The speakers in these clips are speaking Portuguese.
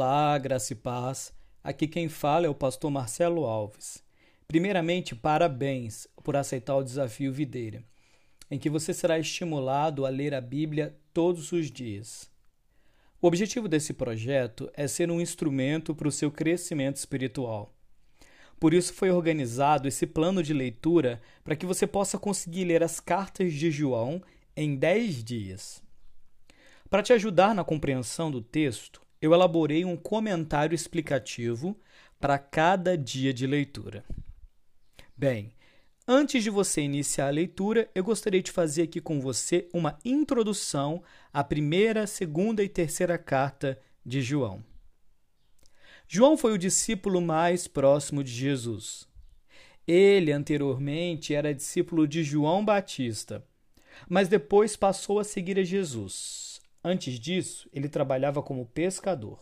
Olá, graça e paz. Aqui quem fala é o pastor Marcelo Alves. Primeiramente, parabéns por aceitar o desafio Videira, em que você será estimulado a ler a Bíblia todos os dias. O objetivo desse projeto é ser um instrumento para o seu crescimento espiritual. Por isso foi organizado esse plano de leitura para que você possa conseguir ler as cartas de João em 10 dias. Para te ajudar na compreensão do texto, eu elaborei um comentário explicativo para cada dia de leitura. Bem, antes de você iniciar a leitura, eu gostaria de fazer aqui com você uma introdução à primeira, segunda e terceira carta de João. João foi o discípulo mais próximo de Jesus. Ele, anteriormente, era discípulo de João Batista, mas depois passou a seguir a Jesus. Antes disso, ele trabalhava como pescador.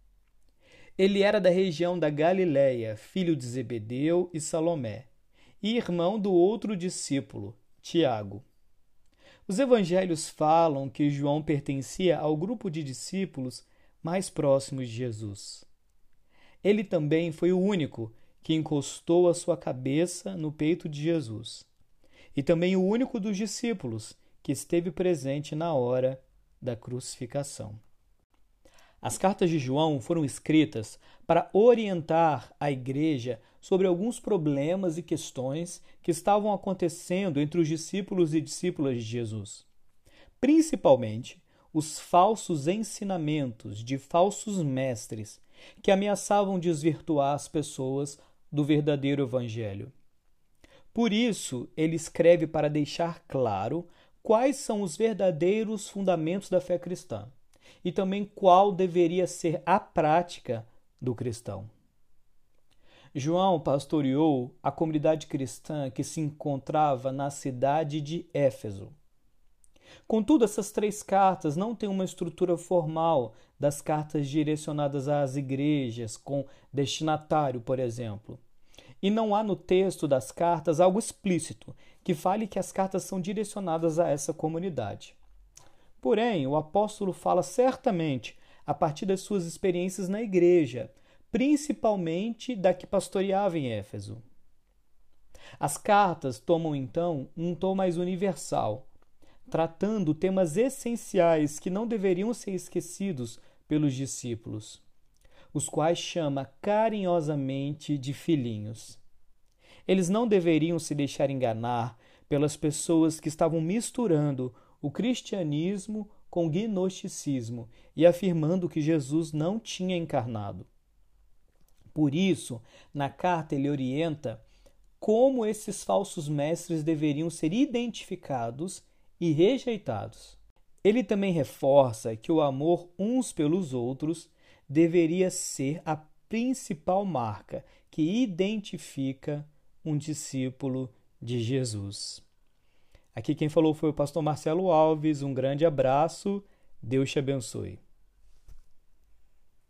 Ele era da região da Galileia, filho de Zebedeu e Salomé, e irmão do outro discípulo, Tiago. Os evangelhos falam que João pertencia ao grupo de discípulos mais próximos de Jesus. Ele também foi o único que encostou a sua cabeça no peito de Jesus, e também o único dos discípulos que esteve presente na hora da crucificação. As cartas de João foram escritas para orientar a igreja sobre alguns problemas e questões que estavam acontecendo entre os discípulos e discípulas de Jesus. Principalmente os falsos ensinamentos de falsos mestres que ameaçavam desvirtuar as pessoas do verdadeiro evangelho. Por isso, ele escreve para deixar claro quais são os verdadeiros fundamentos da fé cristã e também qual deveria ser a prática do cristão. João pastoreou a comunidade cristã que se encontrava na cidade de Éfeso. Contudo, essas 3 cartas não têm uma estrutura formal das cartas direcionadas às igrejas, com destinatário, por exemplo. E não há no texto das cartas algo explícito que fale que as cartas são direcionadas a essa comunidade. Porém, o apóstolo fala certamente a partir das suas experiências na igreja, principalmente da que pastoreava em Éfeso. As cartas tomam, então, um tom mais universal, tratando temas essenciais que não deveriam ser esquecidos pelos discípulos, os quais chama carinhosamente de filhinhos. Eles não deveriam se deixar enganar pelas pessoas que estavam misturando o cristianismo com o gnosticismo e afirmando que Jesus não tinha encarnado. Por isso, na carta ele orienta como esses falsos mestres deveriam ser identificados e rejeitados. Ele também reforça que o amor uns pelos outros deveria ser a principal marca que identifica um discípulo de Jesus. Aqui quem falou foi o pastor Marcelo Alves. Um grande abraço. Deus te abençoe.